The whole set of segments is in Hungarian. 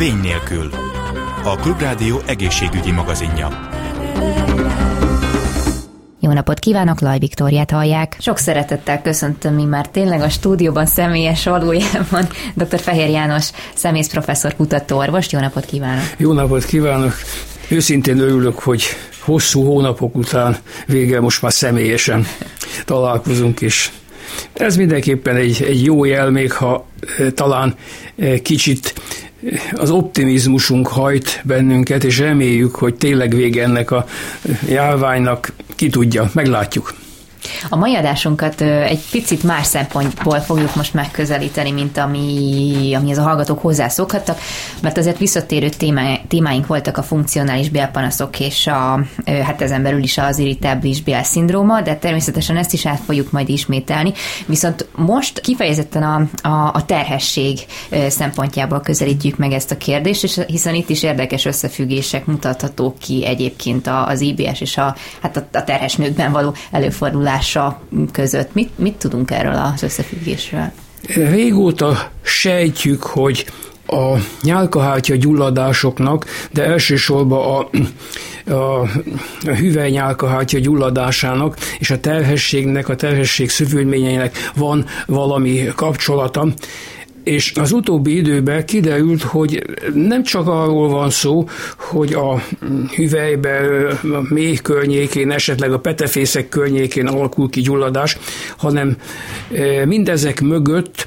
Vény nélkül. A Klubrádió egészségügyi magazinja. Jó napot kívánok, Laj Viktóriát hallják. Sok szeretettel köszöntöm már tényleg a stúdióban személyes valójában dr. Fehér János szemészprofesszor kutatóorvost. Jó napot kívánok! Jó napot kívánok! Őszintén örülök, hogy hosszú hónapok után végre most már személyesen találkozunk is. Ez mindenképpen egy jó jel, még ha talán kicsit az optimizmusunk hajt bennünket, és reméljük, hogy tényleg vége ennek a járványnak, ki tudja, meglátjuk. A mai adásunkat egy picit más szempontból fogjuk most megközelíteni, mint amihez a hallgatók hozzászokhattak, mert azért visszatérő témáink voltak a funkcionális bélpanaszok és hát ezen belül is az irritábilis bélszindróma, de természetesen ezt is át fogjuk majd ismételni. Viszont most kifejezetten a terhesség szempontjából közelítjük meg ezt a kérdést, hiszen itt is érdekes összefüggések mutathatók ki egyébként az IBS és a terhes nőkben való előfordulása között. Mit tudunk erről az összefüggésről? Régóta sejtjük, hogy a nyálkahártya gyulladásoknak, de elsősorban a hüvelynyálkahártya gyulladásának és a terhességnek, a terhesség szövődményeinek van valami kapcsolata. És az utóbbi időben kiderült, hogy nem csak arról van szó, hogy a hüvelybe, a méh környékén, esetleg a petefészek környékén alakul ki gyulladás, hanem mindezek mögött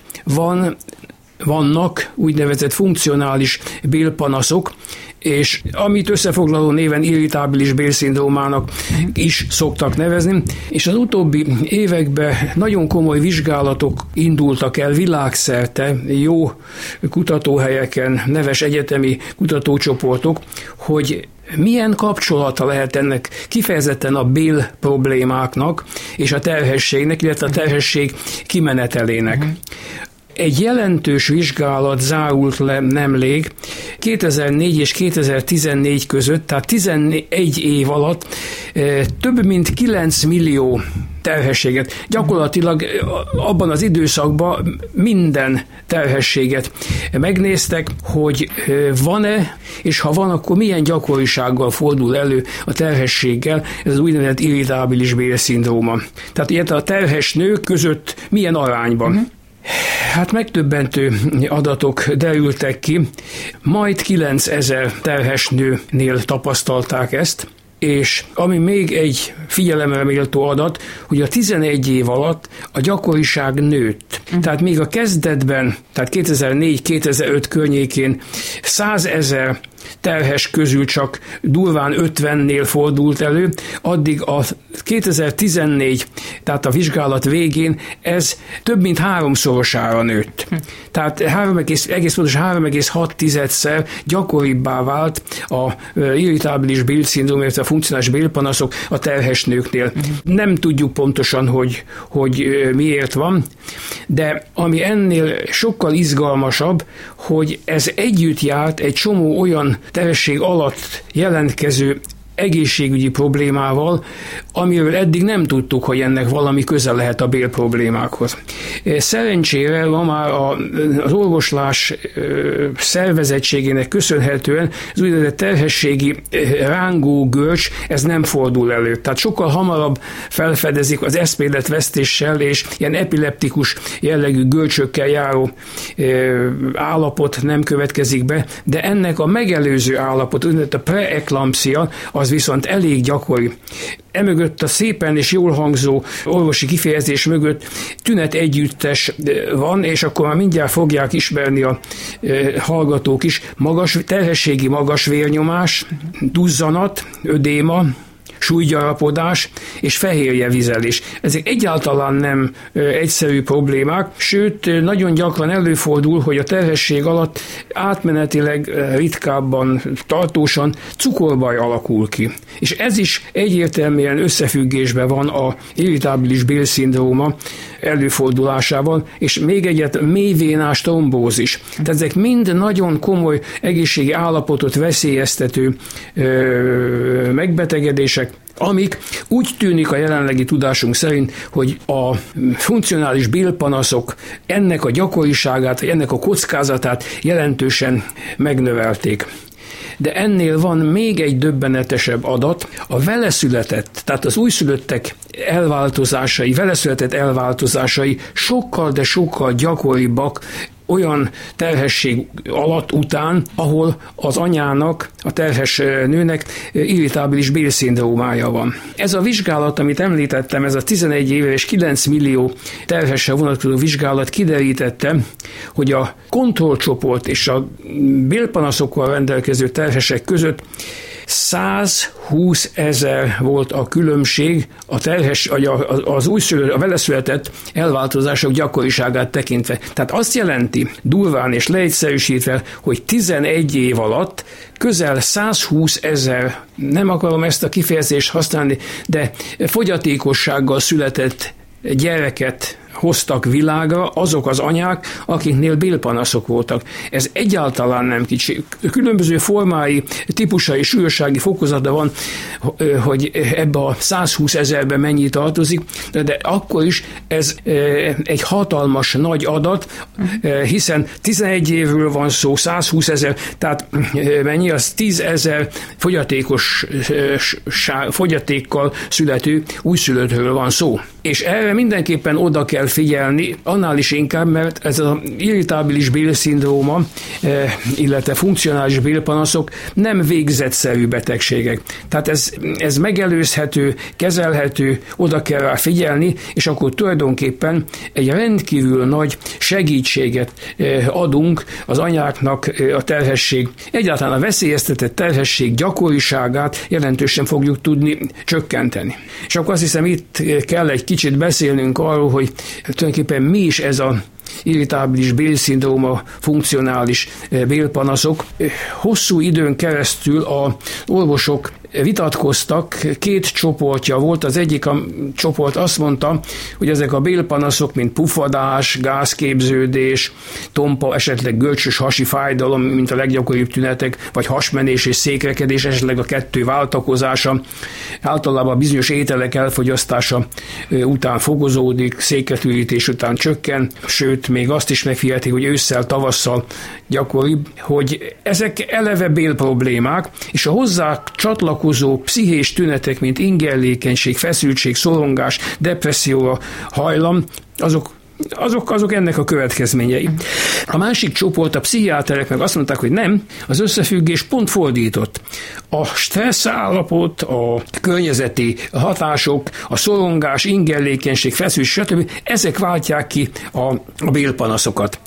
vannak úgynevezett funkcionális bélpanaszok, és amit összefoglaló néven irritábilis bélszindrómának is szoktak nevezni, és az utóbbi években nagyon komoly vizsgálatok indultak el világszerte, jó kutatóhelyeken, neves egyetemi kutatócsoportok, hogy milyen kapcsolata lehet ennek kifejezetten a bél problémáknak és a terhességnek, illetve a terhesség kimenetelének. Egy jelentős vizsgálat zárult le nemrég 2004 és 2014 között, tehát 11 év alatt több mint 9 millió terhességet. Gyakorlatilag abban az időszakban minden terhességet megnéztek, hogy van-e, és ha van, akkor milyen gyakorisággal fordul elő a terhességgel, ez az úgynevezett irritábilis bélszindróma. Tehát ilyet a terhes nők között milyen arányban. Hát megdöbbentő adatok derültek ki, majd 9000 terhes nőnél tapasztalták ezt, és ami még egy figyelemre méltó adat, hogy a 11 év alatt a gyakoriság nőtt. Tehát még a kezdetben, tehát 2004-2005 környékén 100 000 terhes közül csak durván 50-nél fordult elő, addig a 2014, tehát a vizsgálat végén ez több mint 3-szorosára nőtt. Tehát egész pontosan 3,6-szer gyakoribbá vált a irritábilis bélszindróma, illetve a funkcionális bélpanaszok a terhes nőknél. Nem tudjuk pontosan, hogy miért van, de ami ennél sokkal izgalmasabb, hogy ez együtt járt egy csomó olyan terhesség alatt jelentkező egészségügyi problémával, amiről eddig nem tudtuk, hogy ennek valami köze lehet a bél problémákhoz. Szerencsére ma már az orvoslás szervezettségének köszönhetően az úgynevezett terhességi rángó görcs, ez nem fordul elő. Tehát sokkal hamarabb felfedezik az eszméletvesztéssel és ilyen epileptikus jellegű görcsökkel járó állapot nem következik be, de ennek a megelőző állapot, a preeklampsia, az viszont elég gyakori. Emögött a szépen és jól hangzó orvosi kifejezés mögött tünet együttes van, és akkor már mindjárt fogják ismerni a hallgatók is. Terhességi magas vérnyomás, duzzanat, ödéma, súlygyarapodás és fehérjevizelés. Ezek egyáltalán nem egyszerű problémák, sőt, nagyon gyakran előfordul, hogy a terhesség alatt átmenetileg ritkábban, tartósan cukorbaj alakul ki. És ez is egyértelműen összefüggésben van a irritábilis bélszindróma előfordulásával, és még egyet mélyvénás trombózis. Tehát ezek mind nagyon komoly egészségi állapotot veszélyeztető megbetegedések, amik úgy tűnik a jelenlegi tudásunk szerint, hogy a funkcionális bélpanaszok ennek a gyakoriságát, ennek a kockázatát jelentősen megnövelték. De ennél van még egy döbbenetesebb adat, a veleszületett, tehát az újszülöttek elváltozásai, veleszületett elváltozásai sokkal, de sokkal gyakoribbak olyan terhesség alatt után, ahol az anyának, a terhes nőnek irritábilis bélszindrómája van. Ez a vizsgálat, amit említettem, ez a 11 éves 9 millió terhesre vonatkozó vizsgálat kiderítette, hogy a kontrollcsoport és a bélpanaszokkal rendelkező terhesek között 120 000 volt a különbség az újszülött, a veleszületett elváltozások gyakoriságát tekintve. Tehát azt jelenti, durván és leegyszerűsítve, hogy 11 év alatt közel 120 000, nem akarom ezt a kifejezést használni, de fogyatékossággal született gyereket hoztak világra azok az anyák, akiknél bélpanaszok voltak. Ez egyáltalán nem kicsi. Különböző formái, típusai, súlyossági fokozata van, hogy ebbe a 120 000-be mennyi tartozik, de akkor is ez egy hatalmas nagy adat, hiszen 11 évről van szó, 120 000, tehát mennyi az 10 000 fogyatékkal születő újszülöttről van szó. És erre mindenképpen oda kell figyelni, annál is inkább, mert ez az irritábilis bélszindróma, illetve funkcionális bélpanaszok nem végzetszerű betegségek. Tehát ez megelőzhető, kezelhető, oda kell rá figyelni, és akkor tulajdonképpen egy rendkívül nagy segítséget adunk az anyáknak a terhesség, egyáltalán a veszélyeztetett terhesség gyakoriságát jelentősen fogjuk tudni csökkenteni. És akkor azt hiszem, itt kell egy kicsit beszélnünk arról, hogy tulajdonképpen mi is ez a irritábilis bélszindróma, funkcionális bélpanaszok. Hosszú időn keresztül az orvosok vitatkoztak, két csoportja volt. Az egyik csoport azt mondta, hogy ezek a bélpanaszok, mint puffadás, gázképződés, tompa, esetleg görcsös hasi fájdalom, mint a leggyakoribb tünetek, vagy hasmenés és székrekedés, esetleg a kettő váltakozása, általában bizonyos ételek elfogyasztása után fokozódik, székretürítés után csökken, sőt, még azt is megfigyelték, hogy ősszel, tavasszal gyakoribb, hogy ezek eleve bélproblémák, és a hozzá csatlakozó pszichés tünetek, mint ingerlékenység, feszültség, szorongás, depresszióra hajlam, azok ennek a következményei. A másik csoport, a pszichiáterek meg azt mondták, hogy nem, az összefüggés pont fordított. A stressz állapot, a környezeti hatások, a szorongás, ingerlékenység, feszültség, stb. Ezek váltják ki a bélpanaszokat.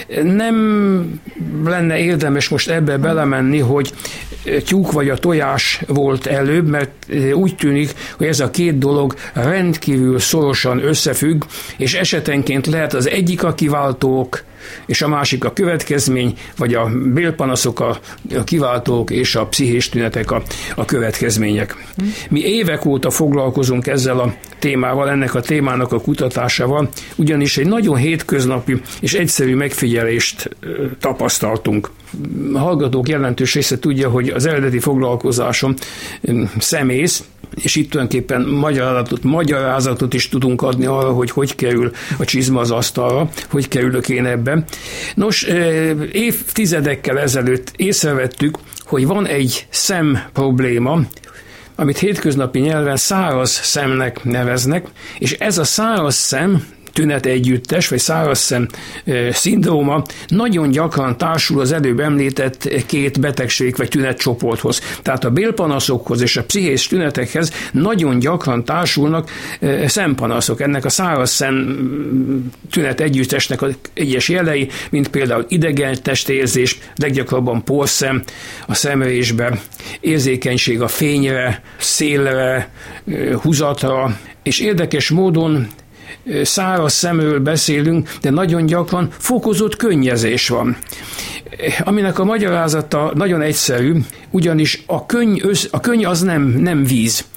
Nem lenne érdemes most ebbe belemenni, hogy tyúk vagy a tojás volt előbb, mert úgy tűnik, hogy ez a két dolog rendkívül szorosan összefügg, és esetenként lehet az egyik a kiváltók, és a másik a következmény, vagy a bélpanaszok a kiváltók, és a pszichés tünetek a következmények. Mi évek óta foglalkozunk ezzel a témával, ennek a témának a kutatásával, ugyanis egy nagyon hétköznapi és egyszerű megfigyelést tapasztaltunk. A hallgatók jelentős része tudja, hogy az eredeti foglalkozásom szemész, és itt tulajdonképpen magyarázatot is tudunk adni arra, hogy kerül a csizma az asztalra, hogy kerülök én ebbe. Nos, évtizedekkel ezelőtt észrevettük, hogy van egy szem probléma, amit hétköznapi nyelven száraz szemnek neveznek, és ez a száraz szem tünet együttes, vagy szárazszem szindróma nagyon gyakran társul az előbb említett két betegség vagy tünetcsoporthoz. Tehát a bélpanaszokhoz és a pszichés tünetekhez nagyon gyakran társulnak szempanaszok. Ennek a szárazszem tünet együttesnek az egyes jelei, mint például idegen testérzés, leggyakrabban porszem a szemrésbe, érzékenység a fényre, szélre, húzatra, és érdekes módon száraz szemről beszélünk, de nagyon gyakran fokozott könnyezés van. Aminek a magyarázata nagyon egyszerű, ugyanis a könny az nem víz.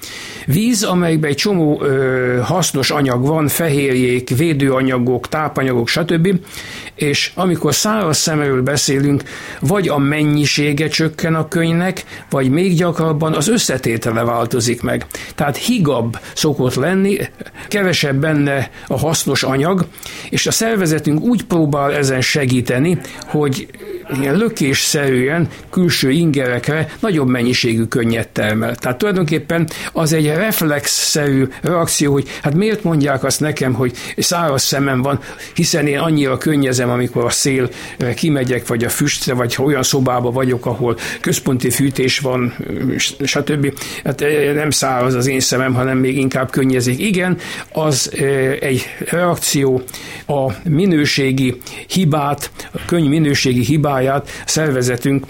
Víz, amelyben egy csomó hasznos anyag van, fehérjék, védőanyagok, tápanyagok, stb. És amikor száraz szemről beszélünk, vagy a mennyisége csökken a könnynek, vagy még gyakrabban az összetétele változik meg. Tehát higabb szokott lenni, kevesebb benne a hasznos anyag, és a szervezetünk úgy próbál ezen segíteni, hogy ilyen lökésszerűen külső ingerekre nagyobb mennyiségű könnyet termel. Tehát tulajdonképpen az egy reflexszerű reakció, hogy hát miért mondják azt nekem, hogy száraz szemem van, hiszen én annyira könnyezem, amikor a szél kimegyek, vagy a füstre, vagy olyan szobába vagyok, ahol központi fűtés van, stb. Hát nem száraz az én szemem, hanem még inkább könnyezik. Igen, az egy reakció, a minőségi hibát, a könny minőségi hibáját a szervezetünk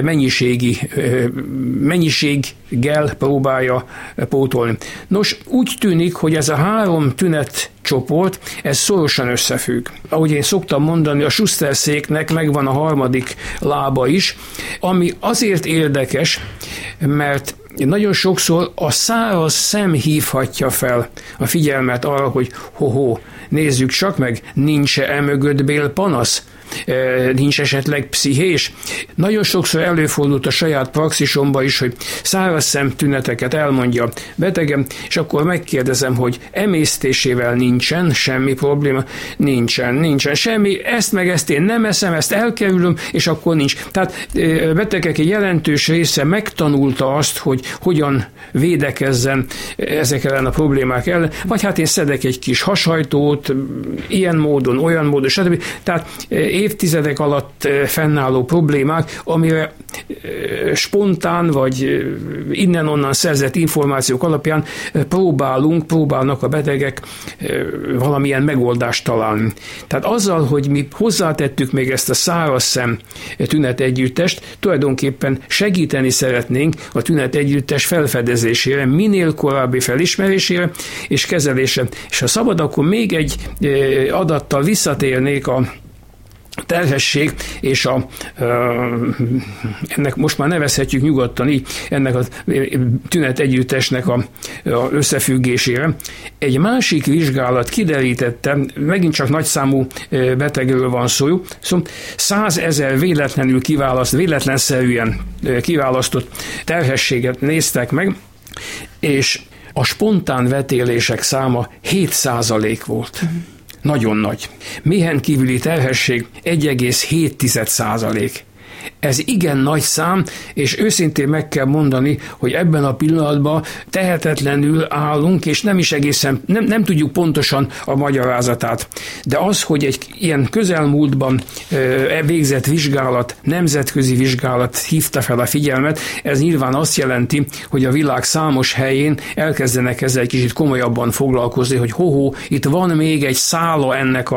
mennyiséggel próbálja pótolni. Nos, úgy tűnik, hogy ez a 3 tünetcsoport, ez szorosan összefügg. Ahogy én szoktam mondani, a Schuster-széknek megvan a 3. lába is, ami azért érdekes, mert nagyon sokszor a száraz szem hívhatja fel a figyelmet arra, hogy nézzük csak meg, nincs-e emögött bélpanasz? Nincs esetleg pszichés? Nagyon sokszor előfordult a saját praxisomban is, hogy száraz szemtüneteket elmondja betegem, és akkor megkérdezem, hogy emésztésével nincsen semmi probléma? Nincsen semmi, ezt meg ezt én nem eszem, ezt elkerülöm, és akkor nincs. Tehát betegek egy jelentős része megtanulta azt, hogy hogyan védekezzen ezek ellen a problémák ellen, vagy hát én szedek egy kis hashajtót, ilyen módon, olyan módon, stb. Tehát évtizedek alatt fennálló problémák, amire spontán vagy innen-onnan szerzett információk alapján próbálnak a betegek valamilyen megoldást találni. Tehát azzal, hogy mi hozzátettük még ezt a száraz szem tünetegyüttest, tulajdonképpen segíteni szeretnénk a tünetegyüttes felfedezésére, minél korábbi felismerésére és kezelésre. És ha szabad, akkor még egy adattal visszatérnék a terhesség és ennek most már nevezhetjük nyugodtan így, ennek a tünetegyüttesnek a összefüggésére. Egy másik vizsgálat kiderítette, megint csak nagyszámú betegről van szó, szóval 100 000 véletlenszerűen kiválasztott terhességet néztek meg, és a spontán vetélések száma 7% volt. Nagyon nagy. Méhen kívüli terhesség 1,7%. Ez igen nagy szám, és őszintén meg kell mondani, hogy ebben a pillanatban tehetetlenül állunk, és nem is egészen, nem tudjuk pontosan a magyarázatát. De az, hogy egy ilyen közelmúltban végzett vizsgálat, nemzetközi vizsgálat hívta fel a figyelmet, ez nyilván azt jelenti, hogy a világ számos helyén elkezdenek ezzel egy kicsit komolyabban foglalkozni, hogy itt van még egy szála ennek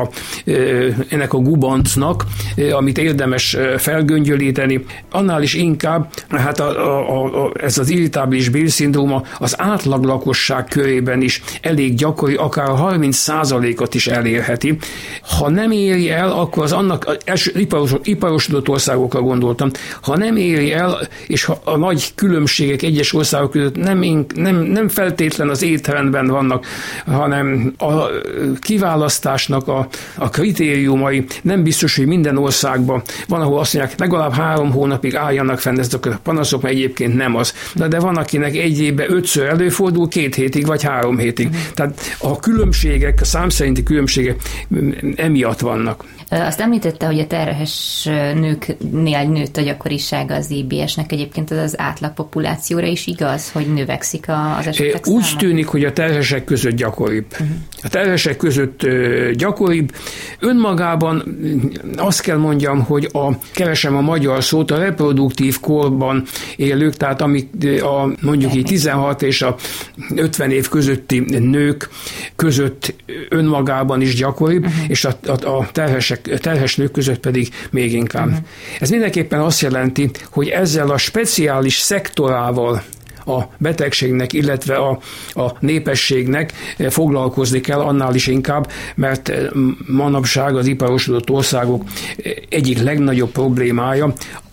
a gubancnak, amit érdemes felgöngyölíteni. Annál is inkább, hát ez az irritábilis bélszindróma az átlag lakosság körében is elég gyakori, akár 30%-ot is elérheti. Ha nem éri el, akkor az annak iparosodott országokra gondoltam, ha nem éri el, és ha a nagy különbségek egyes országok között nem feltétlen az étrendben vannak, hanem a kiválasztásnak a kritériumai nem biztos, hogy minden országban van, ahol azt mondják, legalább 3 hónapig álljanak fenn ezek a panaszok, mert egyébként nem az. De van, akinek egy évben 5-ször előfordul, 2 hétig vagy 3 hétig. Tehát a különbségek, a számszerinti különbségek emiatt vannak. Azt említette, hogy a terhes nőknél nőtt a gyakorisága az IBS-nek. Egyébként az átlag populációra is igaz, hogy növekszik az esetek száma? Úgy tűnik, hogy a terhesek között gyakoribb. A terhesek között gyakoribb. Önmagában azt kell mondjam, hogy keresem a magyar szót, a reproduktív korban élők, tehát amik mondjuk így 16 és a 50 év közötti nők között önmagában is gyakoribb, és a terhes nők között pedig még inkább. Ez mindenképpen azt jelenti, hogy ezzel a speciális szektorával a betegségnek, illetve a népességnek foglalkozni kell, annál is inkább, mert manapság az iparosodott országok egyik legnagyobb problémája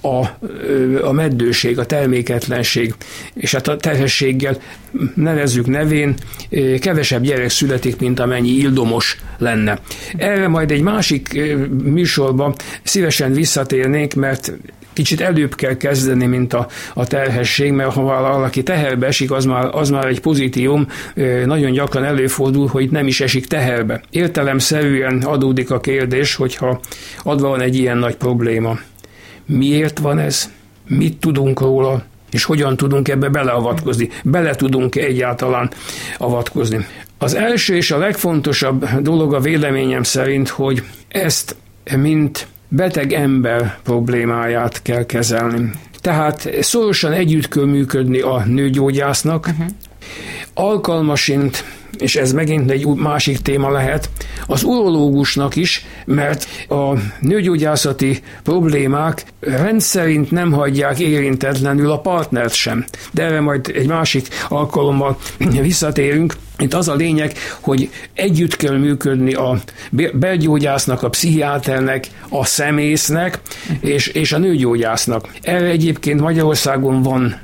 a meddőség, a terméketlenség, és hát a terhességgel nevezzük nevén kevesebb gyerek születik, mint amennyi ildomos lenne. Erre majd egy másik műsorban szívesen visszatérnénk, mert kicsit előbb kell kezdeni, mint a terhesség, mert ha valaki teherbe esik, az már egy pozitívum, nagyon gyakran előfordul, hogy nem is esik teherbe. Értelemszerűen adódik a kérdés, hogyha adva van egy ilyen nagy probléma. Miért van ez? Mit tudunk róla? És hogyan tudunk ebbe beleavatkozni? Bele tudunk egyáltalán avatkozni? Az első és a legfontosabb dolog a véleményem szerint, hogy ezt mint beteg ember problémáját kell kezelni. Tehát szorosan együtt kell működni a nőgyógyásznak, alkalmasint, és ez megint egy másik téma lehet, az urológusnak is, mert a nőgyógyászati problémák rendszerint nem hagyják érintetlenül a partnert sem. De erre majd egy másik alkalommal visszatérünk. Itt az a lényeg, hogy együtt kell működni a belgyógyásznak, a pszichiáternek, a szemésznek és a nőgyógyásznak. Erre egyébként Magyarországon van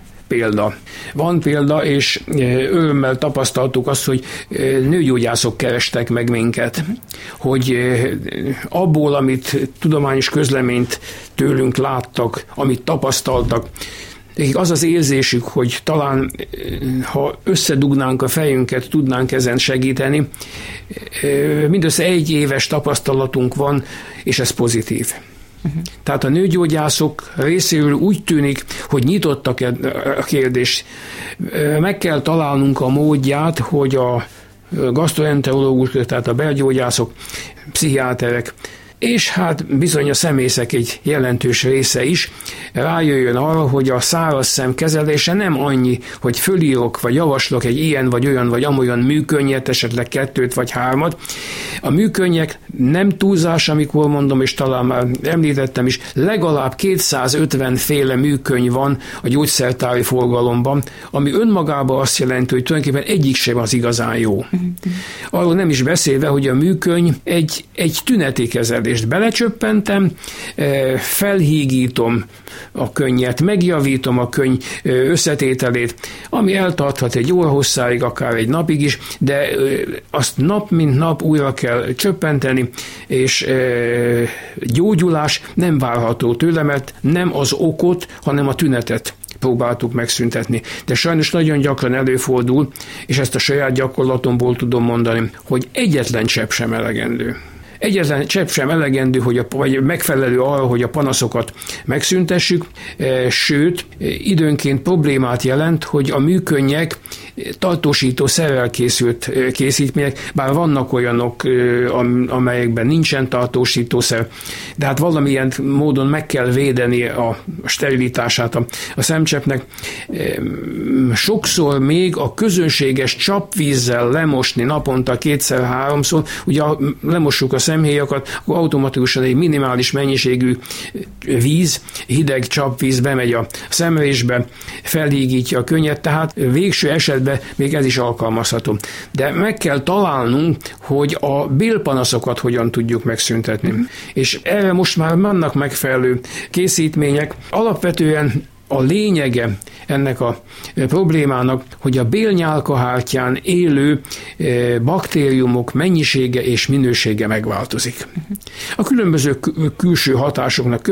példa, és örömmel tapasztaltuk azt, hogy nőgyógyászok kerestek meg minket, hogy abból, amit tudományos közleményt tőlünk láttak, amit tapasztaltak, az az érzésük, hogy talán, ha összedugnánk a fejünket, tudnánk ezen segíteni. Mindössze 1 éves tapasztalatunk van, és ez pozitív. Tehát a nőgyógyászok részéről úgy tűnik, hogy nyitottak a kérdést. Meg kell találnunk a módját, hogy a gasztroenterológusok, tehát a belgyógyászok, pszichiáterek, és hát bizony a szemészek egy jelentős része is rájöjjön arra, hogy a száraz szem kezelése nem annyi, hogy fölírok, vagy javaslok egy ilyen, vagy olyan, vagy amolyan műkönnyet, esetleg 2 vagy 3. A műkönnyek nem túlzás, amikor mondom, és talán már említettem is, legalább 250 féle műkönny van a gyógyszertári forgalomban, ami önmagában azt jelenti, hogy tulajdonképpen egyik sem az igazán jó. Arról nem is beszélve, hogy a műkönny egy tüneti kezelés. Belecsöppentem, felhígítom a könnyet, megjavítom a könny összetételét, ami eltarthat egy óra hosszáig, akár egy napig is, de azt nap mint nap újra kell csöppenteni, és gyógyulás nem várható tőle, mert nem az okot, hanem a tünetet próbáltuk megszüntetni. De sajnos nagyon gyakran előfordul, és ezt a saját gyakorlatomból tudom mondani, hogy egyetlen csepp sem elegendő. Egyetlen csepp sem elegendő, vagy megfelelő arra, hogy a panaszokat megszüntessük, sőt, időnként problémát jelent, hogy a műkönnyek tartósító szerrel készült készítmények, bár vannak olyanok, amelyekben nincsen tartósítószer, de hát valamilyen módon meg kell védeni a sterilitását a szemcseppnek. Sokszor még a közönséges csapvízzel lemosni naponta 2-3-szor, ugye lemossuk a szemhéjakat, akkor automatikusan egy minimális mennyiségű víz, hideg csapvíz bemegy a szemrésbe, felhígítja a könnyet, tehát végső esetben még ez is alkalmazható. De meg kell találnunk, hogy a bélpanaszokat hogyan tudjuk megszüntetni. És erre most már vannak megfelelő készítmények. Alapvetően a lényege ennek a problémának, hogy a bélnyálkahártyán élő baktériumok mennyisége és minősége megváltozik. A különböző külső hatásoknak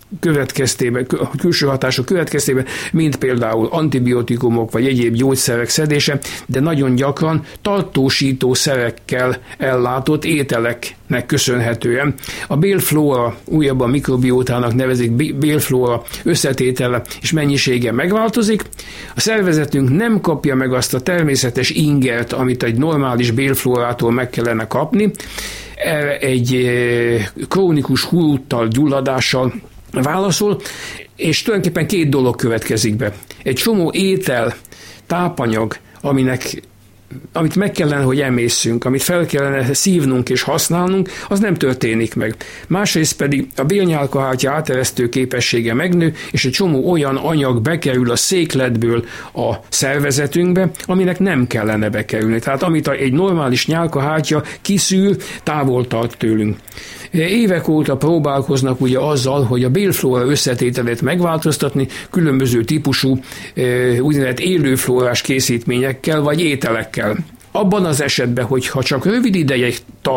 külső hatások következtében, mint például antibiotikumok vagy egyéb gyógyszerek szedése, de nagyon gyakran tartósító szerekkel ellátott ételeknek köszönhetően. A bélflóra, újabban mikrobiótának nevezik, bélflóra összetétele és mennyisége megváltozik. A szervezetünk nem kapja meg azt a természetes ingert, amit egy normális bélflórától meg kellene kapni. Egy krónikus huruttal, gyulladással válaszol, és tulajdonképpen 2 dolog következik be. Egy csomó étel, tápanyag, aminek amit meg kellene, hogy emészszünk, amit fel kellene szívnunk és használnunk, az nem történik meg. Másrészt pedig a bélnyálkahártya áteresztő képessége megnő, és egy csomó olyan anyag bekerül a székletből a szervezetünkbe, aminek nem kellene bekerülni. Tehát amit egy normális nyálkahártya kiszűr, távol tart tőlünk. Évek óta próbálkoznak ugye azzal, hogy a bélflóra összetételét megváltoztatni különböző típusú úgynevezett élőflórás készítményekkel vagy ételekkel. Abban az esetben, hogyha csak rövid ideig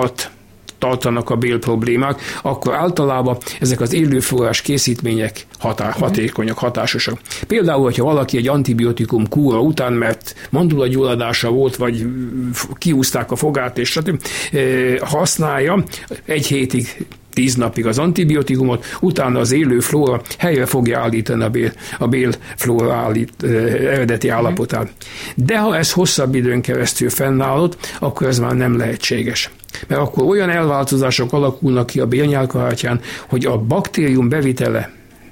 tartanak a bélproblémák, akkor általában ezek az élőflórás készítmények hatékonyak, hatásosak. Például, hogyha valaki egy antibiotikum kúra után, mert mandulagyulladása volt, vagy kiúzták a fogát, és használja 1 hétig, 10 napig az antibiotikumot, utána az élő flóra helyre fogja állítani a bélflóra eredeti állapotát. De ha ez hosszabb időn keresztül fennállott, akkor ez már nem lehetséges. Mert akkor olyan elváltozások alakulnak ki a bélnyálkahártyán, hogy a baktérium bevitele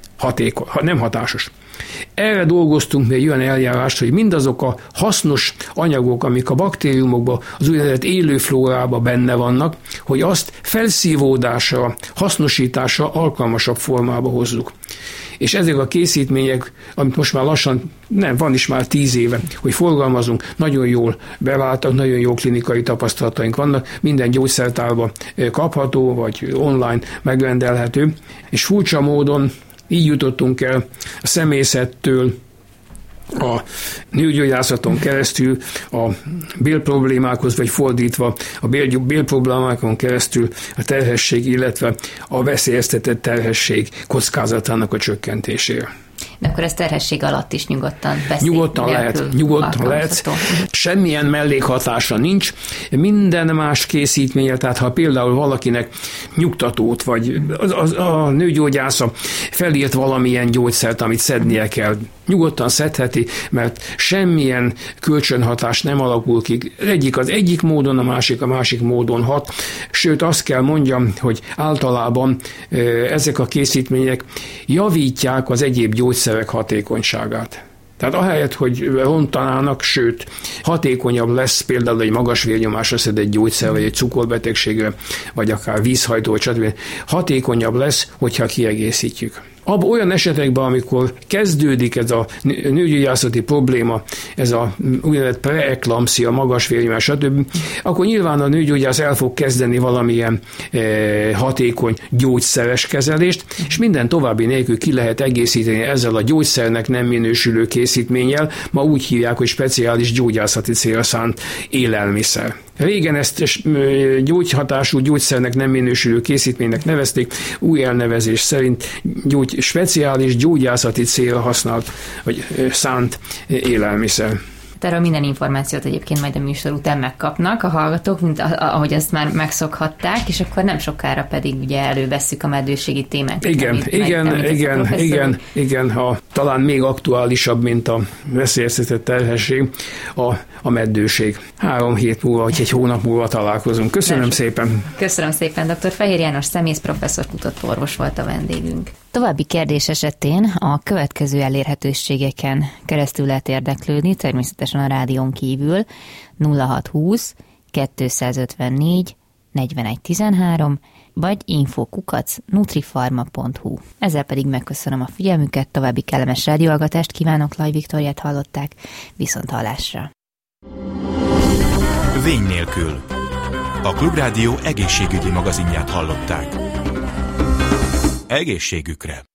nem hatásos. Erre dolgoztunk mi egy olyan eljárást, hogy mindazok a hasznos anyagok, amik a baktériumokban, az úgynevezett élőflórában benne vannak, hogy azt felszívódásra, hasznosításra alkalmasabb formába hozzuk. És ezek a készítmények, amit most már lassan, van is már 10 éve, hogy forgalmazunk, nagyon jól beváltak, nagyon jó klinikai tapasztalataink vannak, minden gyógyszertárban kapható, vagy online megrendelhető, és furcsa módon így jutottunk el a szemészettől, a nőgyógyászaton keresztül a bélproblémákhoz, vagy fordítva a bélproblémákon keresztül a terhesség, illetve a veszélyeztetett terhesség kockázatának a csökkentésére. De akkor ez terhesség alatt is nyugodtan Nyugodtan lehet. Semmilyen mellékhatása nincs. Minden más készítménye, tehát ha például valakinek nyugtatót, vagy a nőgyógyásza felírt valamilyen gyógyszert, amit szednie kell, nyugodtan szedheti, mert semmilyen kölcsönhatás nem alakul ki. Az egyik módon, a másik módon hat. Sőt, azt kell mondjam, hogy általában ezek a készítmények javítják az egyéb gyógyszerek hatékonyságát. Tehát ahelyett, hogy rontanának, sőt, hatékonyabb lesz például egy magas vérnyomásra szedett gyógyszer, vagy egy cukorbetegségre, vagy akár vízhajtó, stb. Hatékonyabb lesz, hogyha kiegészítjük. Olyan esetekben, amikor kezdődik ez a nőgyógyászati probléma, ez a úgynevezett preeklampszia, magas vérnyomás, stb., akkor nyilván a nőgyógyász el fog kezdeni valamilyen hatékony gyógyszeres kezelést, és minden további nélkül ki lehet egészíteni ezzel a gyógyszernek nem minősülő készítménnyel, ma úgy hívják, hogy speciális gyógyászati célra szánt élelmiszer. Régen ezt gyógyhatású gyógyszernek nem minősülő készítménynek nevezték, új elnevezés szerint speciális gyógyászati célra használt vagy szánt élelmiszer. Erről minden információt egyébként majd a műsor után megkapnak a hallgatók, mint ahogy azt már megszokhatták, és akkor nem sokára pedig ugye elővesszük a meddőségi témát. Igen, talán még aktuálisabb, mint a veszélyeztetett terhesség, a meddőség. 3 hét múlva, vagy 1 hónap múlva találkozunk. Köszönöm szépen. Köszönöm szépen, dr. Fehér János szemészprofesszor, kutatórvos volt a vendégünk. További kérdés esetén a következő elérhetőségeken keresztül lehet érdeklődni, természetesen a rádión kívül 0620 254 4113 vagy info@nutrifarma.hu. Ezzel pedig megköszönöm a figyelmüket, további kellemes rádióhallgatást kívánok, Laj Viktóriát hallották, viszonthallásra. Vény nélkül. A Klubrádió egészségügyi magazinját hallották. Egészségükre!